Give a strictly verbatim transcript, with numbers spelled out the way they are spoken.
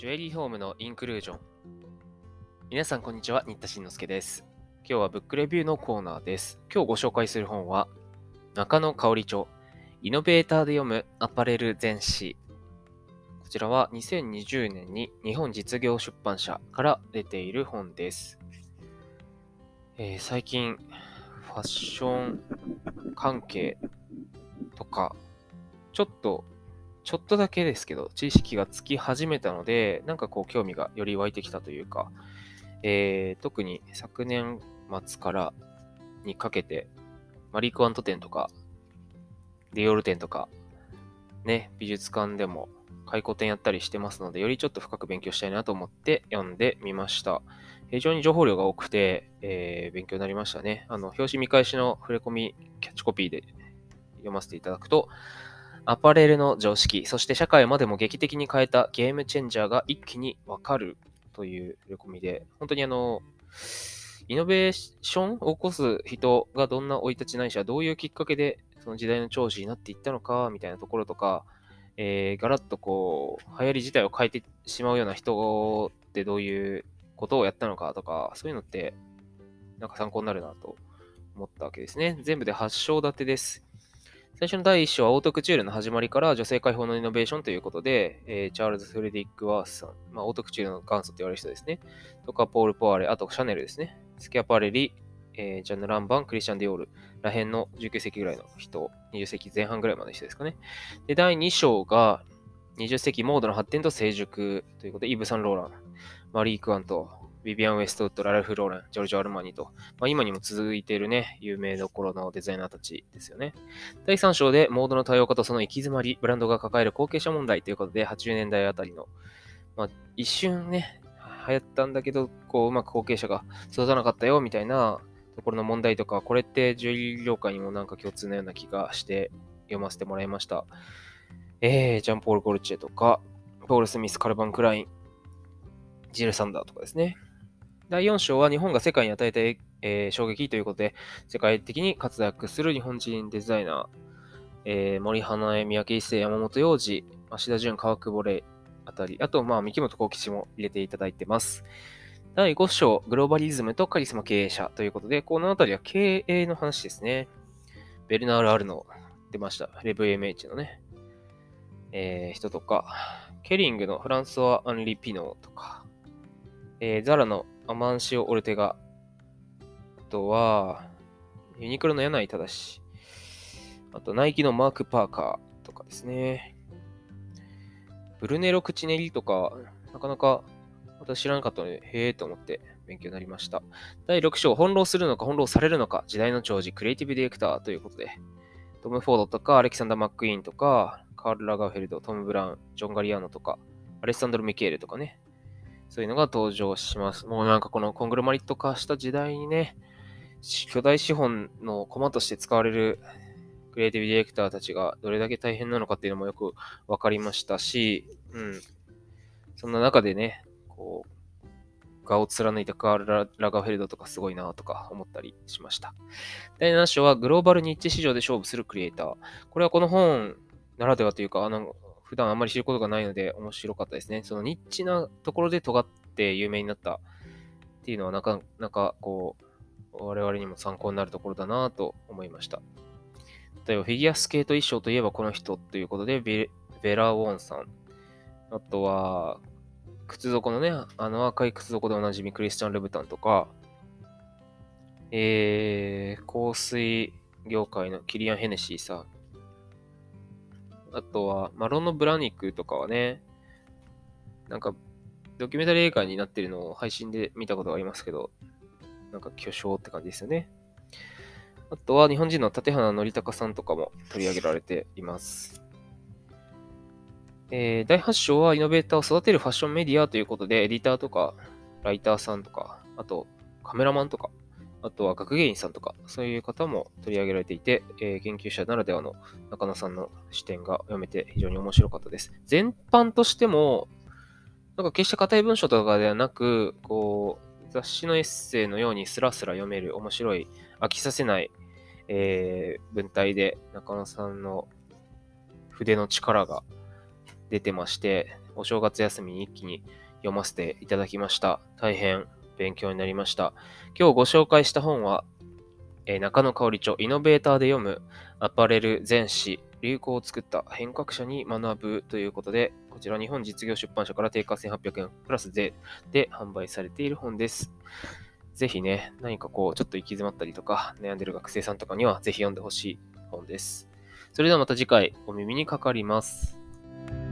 ジュエリーホームのインクルージョン。皆さんこんにちは、新田慎之介です。今日はブックレビューのコーナーです。今日ご紹介する本は、中野香織著、イノベーターで読むアパレル全史。こちらはにせんにじゅうねんに日本実業出版社から出ている本です。えー、最近、ファッション関係とか、ちょっとちょっとだけですけど、知識がつき始めたので、なんかこう興味がより湧いてきたというか、えー、特に昨年末からにかけて、マリー・クワント展とか、ディオール展とか、ね、美術館でも回顧展やったりしてますので、よりちょっと深く勉強したいなと思って読んでみました。非常に情報量が多くて、えー、勉強になりましたね。あの、表紙見返しの触れ込み、キャッチコピーで読ませていただくと、アパレルの常識、そして社会までも劇的に変えたゲームチェンジャーが一気にわかるという触れ込みで、本当にあの、イノベーションを起こす人がどんな生い立ちないしはどういうきっかけでその時代の寵児になっていったのかみたいなところとか、えー、ガラッとこう、流行り自体を変えてしまうような人ってどういうことをやったのかとか、そういうのってなんか参考になるなと思ったわけですね。全部ではち章立てです。最初の第一章はオートクチュールの始まりから女性解放のイノベーションということで、えー、チャールズ・フレデリック・ワースさん、まあ、オートクチュールの元祖と言われる人ですね。とか、ポール・ポワーレ、あとシャネルですね。スキャパレリ、えー、ジャンヌ・ランバン、クリスチャン・ディオールらへんのじゅうきゅう世紀ぐらいの人、にじゅっ世紀前半ぐらいまでの人ですかね。で、だいに章がにじゅっ世紀モードの発展と成熟ということで、イブ・サンローラン、マリー・クワント、ビビアン・ウェストウッド、ラルフ・ローレン、ジョルジョ・アルマーニと、まあ、今にも続いているね、有名どころのデザイナーたちですよね。だいさん章でモードの多様化とその行き詰まり、ブランドが抱える後継者問題ということで、はちじゅうねんだいあたりの、まあ、一瞬ね、流行ったんだけど、こう、うまく後継者が育たなかったよ、みたいなところの問題とか、これってジュエリー業界にもなんか共通のような気がして読ませてもらいました。えー、ジャンポール・ゴルチェとか、ポール・スミス、カルバン・クライン、ジル・サンダーとかですね。だいよん章は日本が世界に与えた、えー、衝撃ということで、世界的に活躍する日本人デザイナー、えー、森花江、三宅一生、山本洋二、芦田純、川久保玲あたり、あと、まあ、三木本幸吉も入れていただいてます。だいご章、グローバリズムとカリスマ経営者ということで、このあたりは経営の話ですね。ベルナール・アルノ出ました。レブ エムエイチ のね、えー、人とか、ケリングのフランソワ・アンリ・ピノーとか、えー、ザラのアマンシオ・オルテガ、あとは、ユニクロの柳井正、あとナイキのマーク・パーカーとかですね。ブルネロ・クチネリとか、なかなか私知らなかったので、へえと思って勉強になりました。だいろく章、翻弄するのか翻弄されるのか、時代の寵児、クリエイティブディレクターということで、トム・フォードとか、アレキサンダー・マック・イーンとか、カール・ラガーフェルド、トム・ブラウン、ジョン・ガリアーノとか、アレッサンドロ・ミケールとかね、そういうのが登場します。もうなんかこのコングロマリット化した時代にね、巨大資本の駒として使われるクリエイティブディレクターたちがどれだけ大変なのかっていうのもよく分かりましたし、うん。そんな中でね、こう、画を貫いたカール・ラガーフェルドとかすごいなとか思ったりしました。だいなな章はグローバルニッチ市場で勝負するクリエイター。これはこの本ならではというか、あの、普段あんまり知ることがないので面白かったですね。そのニッチなところで尖って有名になったっていうのはなかなかこう、我々にも参考になるところだなと思いました。例えばフィギュアスケート衣装といえばこの人ということで、ベラ・ウォンさん。あとは、靴底のね、あの赤い靴底でおなじみクリスチャン・ルブタンとか、えー、香水業界のキリアン・ヘネシーさん。あとは、マロンのブラニックとかはね、なんか、ドキュメンタリー映画になってるのを配信で見たことがありますけど、なんか巨匠って感じですよね。あとは日本人の立花則孝さんとかも取り上げられています。えー、だいはち章はイノベーターを育てるファッションメディアということで、エディターとか、ライターさんとか、あとカメラマンとか、あとは学芸員さんとか、そういう方も取り上げられていて、えー、研究者ならではの中野さんの視点が読めて非常に面白かったです。全般としても、なんか決して硬い文章とかではなく、こう、雑誌のエッセイのようにスラスラ読める面白い、飽きさせない、えー、文体で中野さんの筆の力が出てまして、 お正月休みに一気に読ませていただきました。大変勉強になりました。今日ご紹介した本は、えー、中野香織著、イノベーターで読むアパレル全史、流行を作った変革者に学ぶということで、こちら日本実業出版社から定価せんはっぴゃくえんプラス税で販売されている本です。ぜひね、何かこう、ちょっと行き詰まったりとか、悩んでる学生さんとかにはぜひ読んでほしい本です。それではまた次回お耳にかかります。